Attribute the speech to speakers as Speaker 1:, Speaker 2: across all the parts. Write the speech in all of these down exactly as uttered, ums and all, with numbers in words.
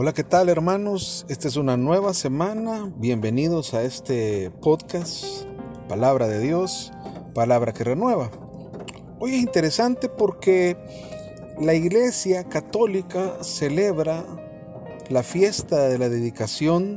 Speaker 1: Hola, ¿qué tal, hermanos? Esta es una nueva semana. Bienvenidos a este podcast, Palabra de Dios, Palabra que Renueva. Hoy es interesante porque la Iglesia Católica celebra la fiesta de la dedicación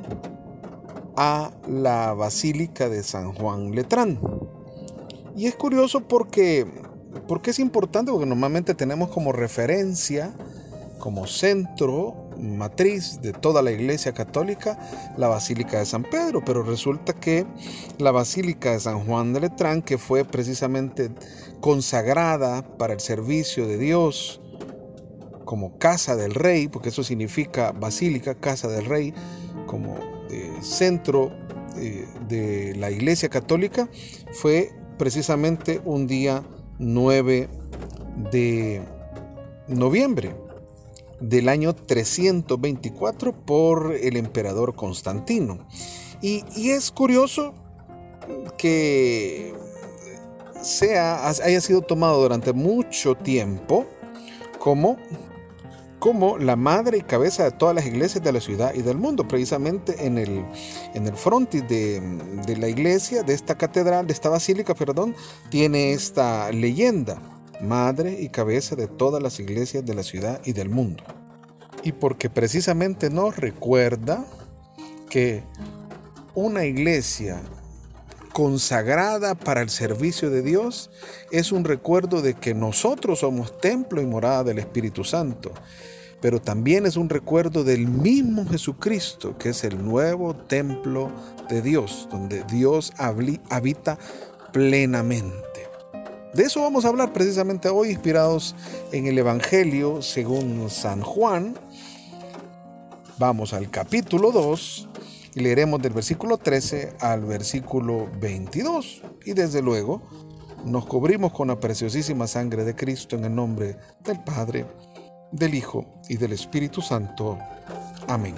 Speaker 1: a la Basílica de San Juan Letrán. Y es curioso porque, porque es importante, porque normalmente tenemos como referencia, como centro, matriz de toda la Iglesia Católica, la Basílica de San Pedro, pero resulta que la Basílica de San Juan de Letrán, que fue precisamente consagrada para el servicio de Dios como casa del rey, porque eso significa basílica, casa del rey, como eh, centro eh, de la Iglesia Católica, fue precisamente un día nueve de noviembre del año trescientos veinticuatro por el emperador Constantino. Y, y es curioso que sea, haya sido tomado durante mucho tiempo como, como la madre y cabeza de todas las iglesias de la ciudad y del mundo. Precisamente en el, en el frontis de, de la iglesia, de esta catedral, de esta basílica, perdón, tiene esta leyenda: madre y cabeza de todas las iglesias de la ciudad y del mundo. Y porque precisamente nos recuerda que una iglesia consagrada para el servicio de Dios es un recuerdo de que nosotros somos templo y morada del Espíritu Santo, pero también es un recuerdo del mismo Jesucristo, que es el nuevo templo de Dios, donde Dios habita plenamente. De eso vamos a hablar precisamente hoy, inspirados en el Evangelio según San Juan. Vamos al capítulo dos y leeremos del versículo trece al versículo veintidós. Y desde luego nos cubrimos con la preciosísima sangre de Cristo, en el nombre del Padre, del Hijo y del Espíritu Santo. Amén.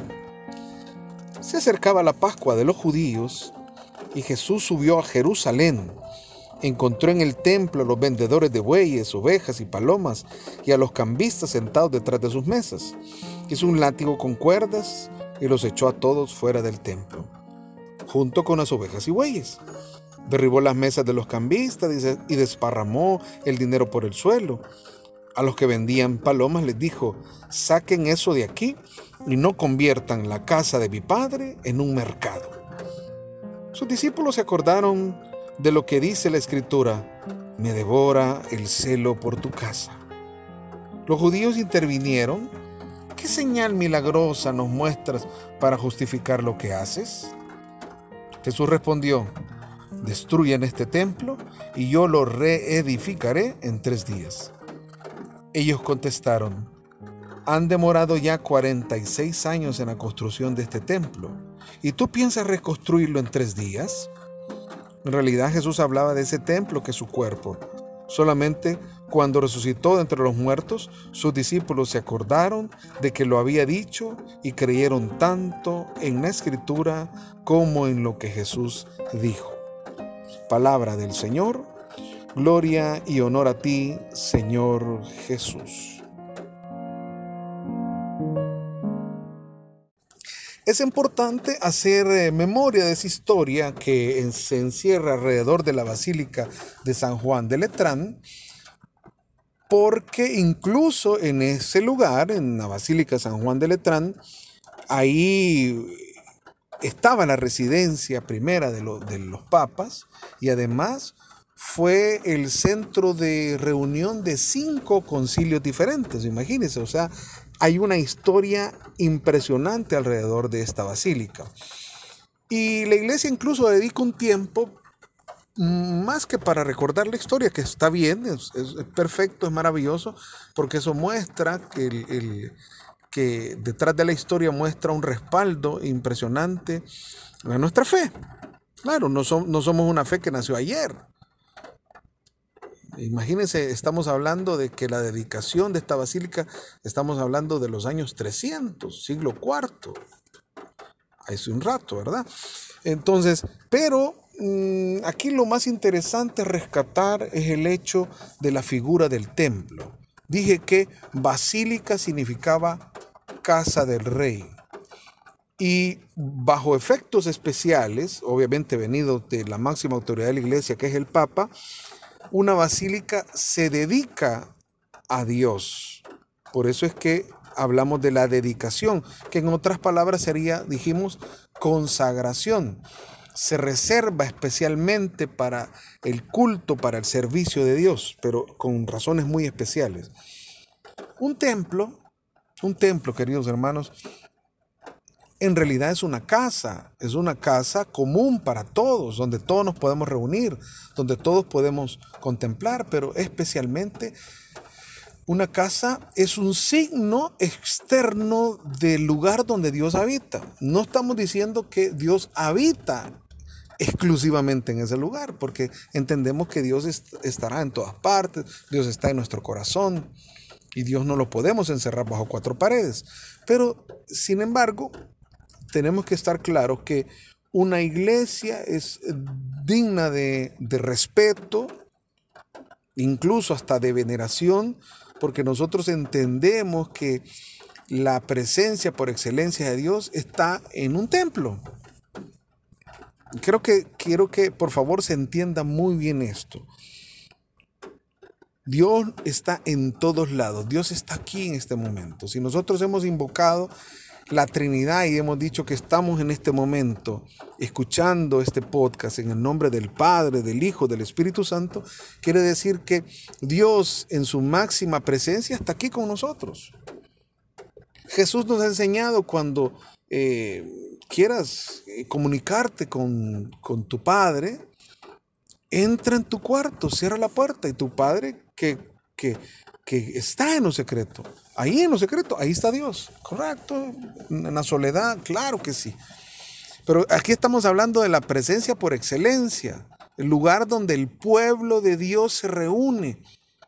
Speaker 1: Se acercaba la Pascua de los judíos y Jesús subió a Jerusalén. Encontró en el templo a los vendedores de bueyes, ovejas y palomas y a los cambistas sentados detrás de sus mesas. Hizo un látigo con cuerdas y los echó a todos fuera del templo, junto con las ovejas y bueyes. Derribó las mesas de los cambistas y desparramó el dinero por el suelo. A los que vendían palomas les dijo: saquen eso de aquí y no conviertan la casa de mi padre en un mercado. Sus discípulos se acordaron de lo que dice la Escritura: me devora el celo por tu casa. Los judíos intervinieron: ¿qué señal milagrosa nos muestras para justificar lo que haces? Jesús respondió: destruyan este templo y yo lo reedificaré en tres días. Ellos contestaron: han demorado ya cuarenta y seis años en la construcción de este templo, ¿y tú piensas reconstruirlo en tres días? En realidad Jesús hablaba de ese templo que es su cuerpo. Solamente cuando resucitó de entre los muertos, sus discípulos se acordaron de que lo había dicho y creyeron tanto en la Escritura como en lo que Jesús dijo. Palabra del Señor. Gloria y honor a ti, Señor Jesús. Es importante hacer eh, memoria de esa historia que en, se encierra alrededor de la Basílica de San Juan de Letrán, porque incluso en ese lugar, en la Basílica de San Juan de Letrán, ahí estaba la residencia primera de, lo, de los papas, y además fue el centro de reunión de cinco concilios diferentes, imagínense. O sea, hay una historia impresionante alrededor de esta basílica. Y la iglesia incluso dedica un tiempo, más que para recordar la historia, que está bien, es, es perfecto, es maravilloso, porque eso muestra que, el, el, que detrás de la historia muestra un respaldo impresionante a nuestra fe. Claro, no, son, no somos una fe que nació ayer. Imagínense, estamos hablando de que la dedicación de esta basílica, estamos hablando de los años trescientos, siglo cuarto. Hace un rato, ¿verdad? Entonces, pero mmm, aquí lo más interesante rescatar es el hecho de la figura del templo. Dije que basílica significaba casa del rey. Y bajo efectos especiales, obviamente venido de la máxima autoridad de la iglesia, que es el Papa, una basílica se dedica a Dios. Por eso es que hablamos de la dedicación, que en otras palabras sería, dijimos, consagración. Se reserva especialmente para el culto, para el servicio de Dios, pero con razones muy especiales. Un templo, un templo, queridos hermanos, en realidad es una casa, es una casa común para todos, donde todos nos podemos reunir, donde todos podemos contemplar, pero especialmente una casa es un signo externo del lugar donde Dios habita. No estamos diciendo que Dios habita exclusivamente en ese lugar, porque entendemos que Dios est- estará en todas partes, Dios está en nuestro corazón y Dios no lo podemos encerrar bajo cuatro paredes. Pero, sin embargo, tenemos que estar claros que una iglesia es digna de, de respeto, incluso hasta de veneración, porque nosotros entendemos que la presencia por excelencia de Dios está en un templo. Creo que, quiero que por favor se entienda muy bien esto. Dios está en todos lados, Dios está aquí en este momento. Si nosotros hemos invocado la Trinidad y hemos dicho que estamos en este momento escuchando este podcast en el nombre del Padre, del Hijo, del Espíritu Santo, quiere decir que Dios en su máxima presencia está aquí con nosotros. Jesús nos ha enseñado cuando eh, quieras comunicarte con, con tu Padre, entra en tu cuarto, cierra la puerta y tu Padre que, que, que está en lo secreto, ahí en lo secreto, ahí está Dios, correcto, en la soledad, claro que sí. Pero aquí estamos hablando de la presencia por excelencia, el lugar donde el pueblo de Dios se reúne.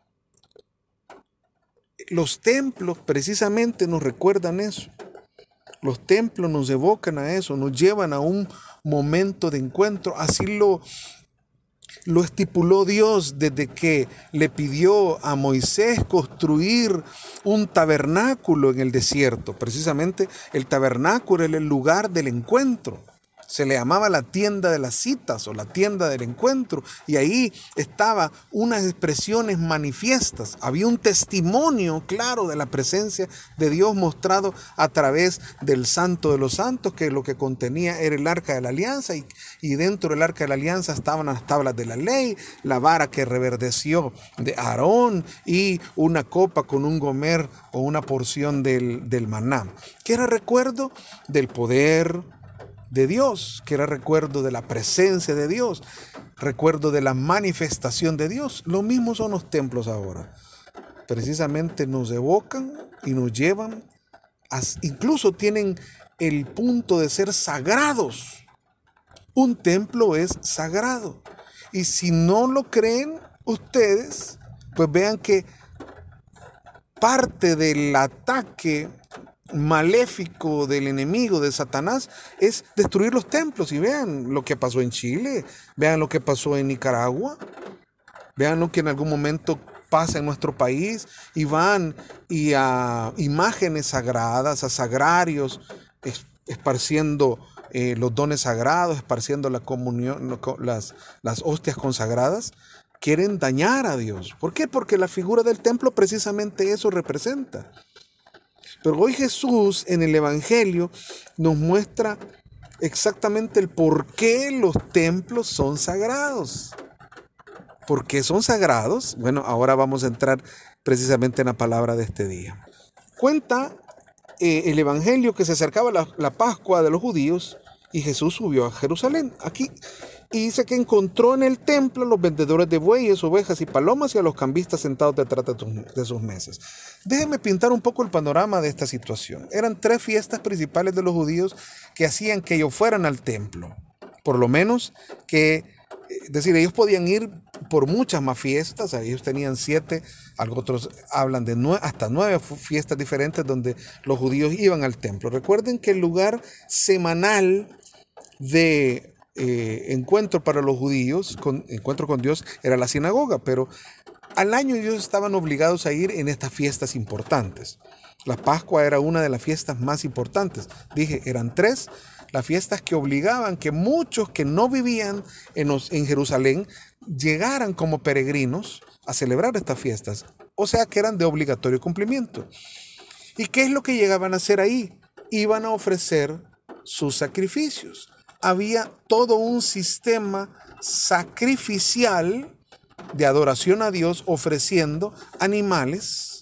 Speaker 1: Los templos precisamente nos recuerdan eso. Los templos nos evocan a eso, nos llevan a un momento de encuentro. Así lo, lo estipuló Dios desde que le pidió a Moisés construir un tabernáculo en el desierto. Precisamente el tabernáculo era el lugar del encuentro. Se le llamaba la tienda de las citas o la tienda del encuentro, y ahí estaba unas expresiones manifiestas. Había un testimonio claro de la presencia de Dios mostrado a través del Santo de los Santos, que lo que contenía era el Arca de la Alianza, y, y dentro del Arca de la Alianza estaban las tablas de la ley, la vara que reverdeció de Aarón y una copa con un gomer o una porción del, del maná, que era recuerdo del poder de Dios, que era recuerdo de la presencia de Dios, recuerdo de la manifestación de Dios. Lo mismo son los templos ahora. Precisamente nos evocan y nos llevan, a, incluso tienen el punto de ser sagrados. Un templo es sagrado. Y si no lo creen ustedes, pues vean que parte del ataque maléfico del enemigo, de Satanás, es destruir los templos. Y vean lo que pasó en Chile, vean lo que pasó en Nicaragua, vean lo que en algún momento pasa en nuestro país, y van y a imágenes sagradas, a sagrarios, esparciendo eh, los dones sagrados, esparciendo la comunión, las, las hostias consagradas. Quieren dañar a Dios. ¿Por qué? Porque la figura del templo precisamente eso representa. Pero hoy Jesús en el Evangelio nos muestra exactamente el por qué los templos son sagrados. ¿Por qué son sagrados? Bueno, ahora vamos a entrar precisamente en la palabra de este día. Cuenta eh, el Evangelio que se acercaba la, la Pascua de los judíos y Jesús subió a Jerusalén. Aquí y dice que encontró en el templo a los vendedores de bueyes, ovejas y palomas y a los cambistas sentados detrás de sus mesas. Déjenme pintar un poco el panorama de esta situación. Eran tres fiestas principales de los judíos que hacían que ellos fueran al templo. Por lo menos que, es decir, ellos podían ir por muchas más fiestas. Ellos tenían siete, otros hablan de nueve, hasta nueve fiestas diferentes donde los judíos iban al templo. Recuerden que el lugar semanal de Eh, encuentro para los judíos, con, encuentro con Dios, era la sinagoga, pero al año ellos estaban obligados a ir en estas fiestas importantes. La Pascua era una de las fiestas más importantes. Dije, eran tres las fiestas que obligaban que muchos que no vivían en, los, en Jerusalén llegaran como peregrinos a celebrar estas fiestas. O sea que eran de obligatorio cumplimiento. ¿Y qué es lo que llegaban a hacer ahí? Iban a ofrecer sus sacrificios. Había todo un sistema sacrificial de adoración a Dios ofreciendo animales,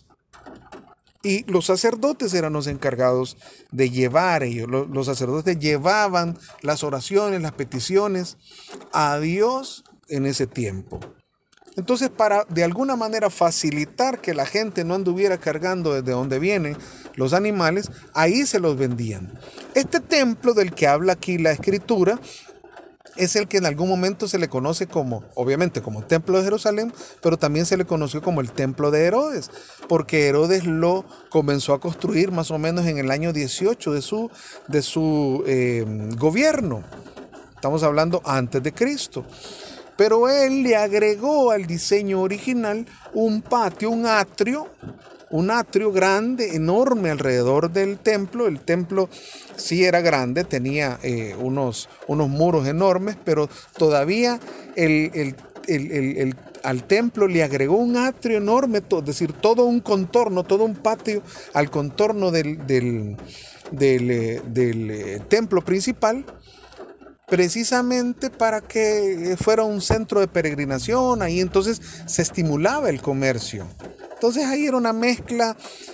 Speaker 1: y los sacerdotes eran los encargados de llevar ellos. Los, los sacerdotes llevaban las oraciones, las peticiones a Dios en ese tiempo. Entonces, para de alguna manera facilitar que la gente no anduviera cargando desde donde vienen los animales, ahí se los vendían. Este templo del que habla aquí la Escritura es el que en algún momento se le conoce como, obviamente, como Templo de Jerusalén, pero también se le conoció como el Templo de Herodes, porque Herodes lo comenzó a construir más o menos en el año dieciocho de su, de su eh, gobierno. Estamos hablando antes de Cristo. Pero él le agregó al diseño original un patio, un atrio, un atrio grande, enorme alrededor del templo. El templo sí era grande, tenía eh, unos, unos muros enormes, pero todavía el, el, el, el, el, al templo le agregó un atrio enorme, es decir, todo un contorno, todo un patio al contorno del, del, del, del, del templo principal, precisamente para que fuera un centro de peregrinación. Ahí entonces se estimulaba el comercio. Entonces ahí era una mezcla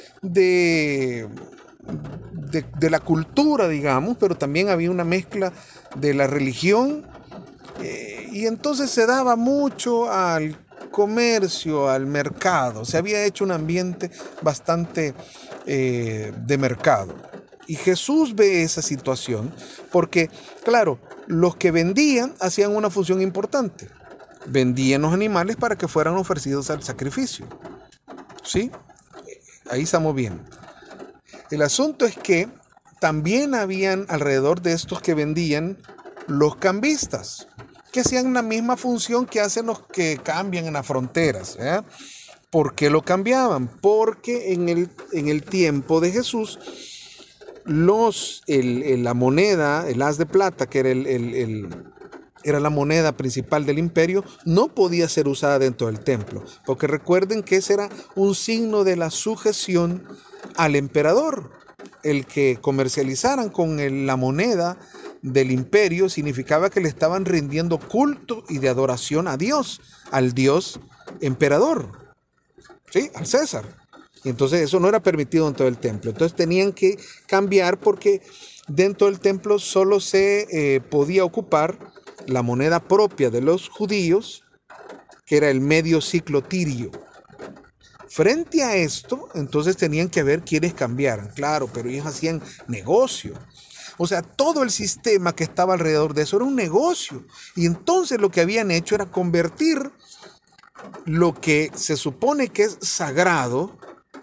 Speaker 1: de, de, de la cultura, digamos, pero también había una mezcla de la religión, eh, y entonces se daba mucho al comercio, al mercado. Se había hecho un ambiente bastante eh, de mercado. Y Jesús ve esa situación porque, claro, los que vendían hacían una función importante. Vendían los animales para que fueran ofrecidos al sacrificio. ¿Sí? Ahí estamos bien. El asunto es que también habían alrededor de estos que vendían los cambistas, que hacían la misma función que hacen los que cambian en las fronteras. ¿eh? ¿Por qué lo cambiaban? Porque en el, en el tiempo de Jesús, los, el, el, la moneda, el haz de plata, que era, el, el, el, era la moneda principal del imperio, no podía ser usada dentro del templo, porque recuerden que ese era un signo de la sujeción al emperador. El que comercializaran con el, la moneda del imperio significaba que le estaban rindiendo culto y de adoración a Dios, al Dios emperador, ¿sí? Al César. Y entonces eso no era permitido dentro del templo. Entonces tenían que cambiar, porque dentro del templo solo se eh, podía ocupar la moneda propia de los judíos, que era el medio ciclo tirio. Frente a esto, entonces tenían que ver quiénes cambiaran. Claro, pero ellos hacían negocio. O sea, todo el sistema que estaba alrededor de eso era un negocio. Y entonces lo que habían hecho era convertir lo que se supone que es sagrado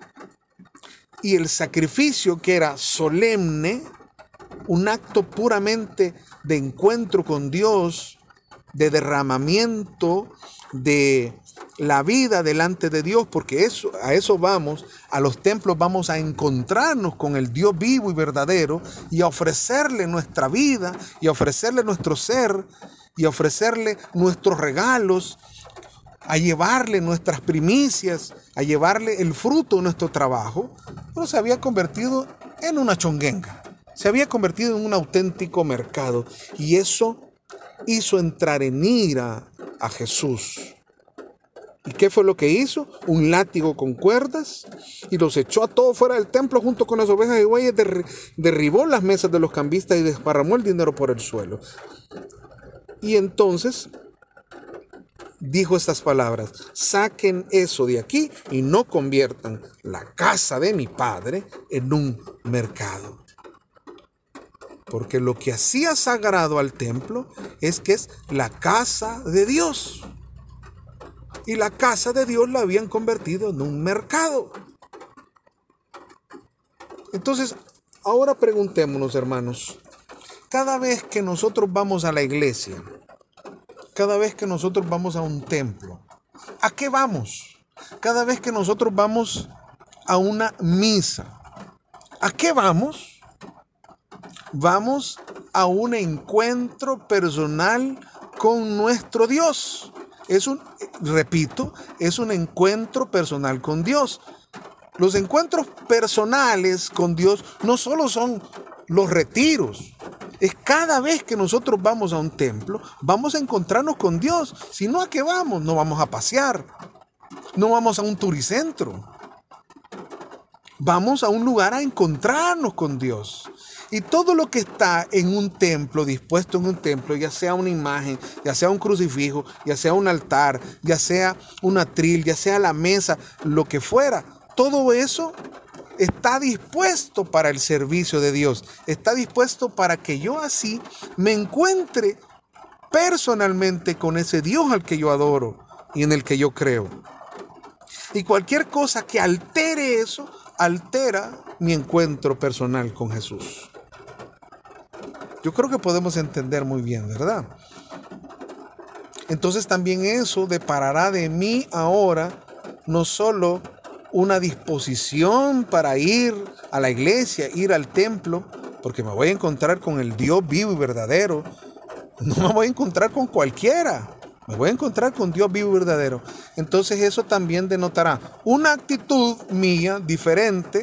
Speaker 1: y el sacrificio que era solemne, un acto puramente de encuentro con Dios, de derramamiento de la vida delante de Dios, porque eso, a eso vamos, a los templos vamos a encontrarnos con el Dios vivo y verdadero y a ofrecerle nuestra vida y a ofrecerle nuestro ser y a ofrecerle nuestros regalos, a llevarle nuestras primicias, a llevarle el fruto de nuestro trabajo. Pero se había convertido en una chonguenga, se había convertido en un auténtico mercado, y eso hizo entrar en ira a Jesús. ¿Y qué fue lo que hizo? Un látigo con cuerdas, y los echó a todos fuera del templo junto con las ovejas y bueyes, der- derribó las mesas de los cambistas y desparramó el dinero por el suelo. Y entonces dijo estas palabras: saquen eso de aquí y no conviertan la casa de mi padre en un mercado. Porque lo que hacía sagrado al templo es que es la casa de Dios. Y la casa de Dios la habían convertido en un mercado. Entonces, ahora preguntémonos, hermanos, cada vez que nosotros vamos a la iglesia, cada vez que nosotros vamos a un templo, ¿a qué vamos? Cada vez que nosotros vamos a una misa, ¿A qué vamos? Vamos a un encuentro personal con nuestro Dios. Es un, repito, es un encuentro personal con Dios. Los encuentros personales con Dios no solo son los retiros. Es cada vez que nosotros vamos a un templo, vamos a encontrarnos con Dios. Si no, ¿a qué vamos? No vamos a pasear. No vamos a un turicentro. Vamos a un lugar a encontrarnos con Dios. Y todo lo que está en un templo, dispuesto en un templo, ya sea una imagen, ya sea un crucifijo, ya sea un altar, ya sea un atril, ya sea la mesa, lo que fuera, todo eso está dispuesto para el servicio de Dios. Está dispuesto para que yo así me encuentre personalmente con ese Dios al que yo adoro y en el que yo creo. Y cualquier cosa que altere eso, altera mi encuentro personal con Jesús. Yo creo que podemos entender muy bien, ¿verdad? Entonces también eso deparará de mí ahora no solo una disposición para ir a la iglesia, ir al templo, porque me voy a encontrar con el Dios vivo y verdadero. No me voy a encontrar con cualquiera. Me voy a encontrar con Dios vivo y verdadero. Entonces eso también denotará una actitud mía diferente,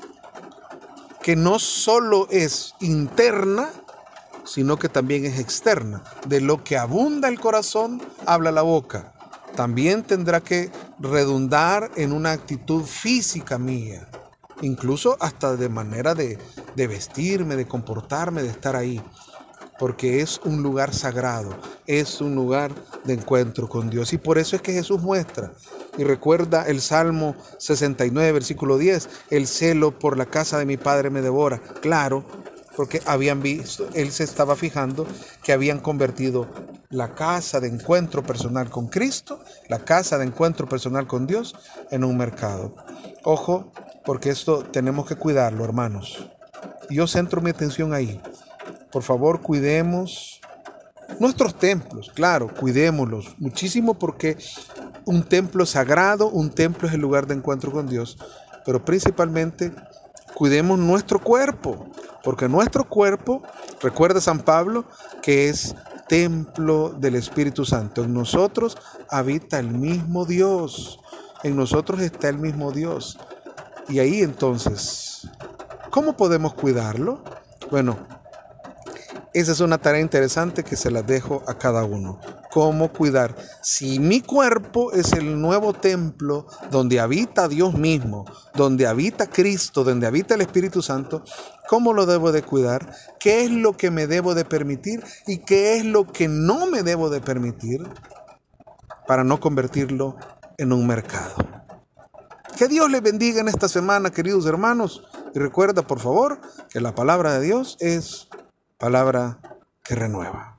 Speaker 1: que no solo es interna, sino que también es externa. De lo que abunda el corazón, habla la boca. También tendrá que redundar en una actitud física mía, incluso hasta de manera de, de vestirme, de comportarme, de estar ahí. Porque es un lugar sagrado, es un lugar de encuentro con Dios. Y por eso es que Jesús muestra, y recuerda el Salmo sesenta y nueve, versículo diez, el celo por la casa de mi Padre me devora. Claro, porque habían visto, él se estaba fijando que habían convertido la casa de encuentro personal con Cristo, la casa de encuentro personal con Dios, en un mercado. Ojo, porque esto tenemos que cuidarlo, hermanos. Yo centro mi atención ahí. Por favor, cuidemos nuestros templos, claro, cuidémoslos muchísimo, porque un templo es sagrado, un templo es el lugar de encuentro con Dios, pero principalmente cuidemos nuestro cuerpo, porque nuestro cuerpo, recuerda San Pablo, que es templo del Espíritu Santo. En nosotros habita el mismo Dios, en nosotros está el mismo Dios. Y ahí entonces, ¿cómo podemos cuidarlo? Bueno, esa es una tarea interesante que se la dejo a cada uno. ¿Cómo cuidar? Si mi cuerpo es el nuevo templo donde habita Dios mismo, donde habita Cristo, donde habita el Espíritu Santo, ¿cómo lo debo de cuidar? ¿Qué es lo que me debo de permitir y qué es lo que no me debo de permitir para no convertirlo en un mercado? Que Dios les bendiga en esta semana, queridos hermanos. Y recuerda, por favor, que la palabra de Dios es palabra que renueva.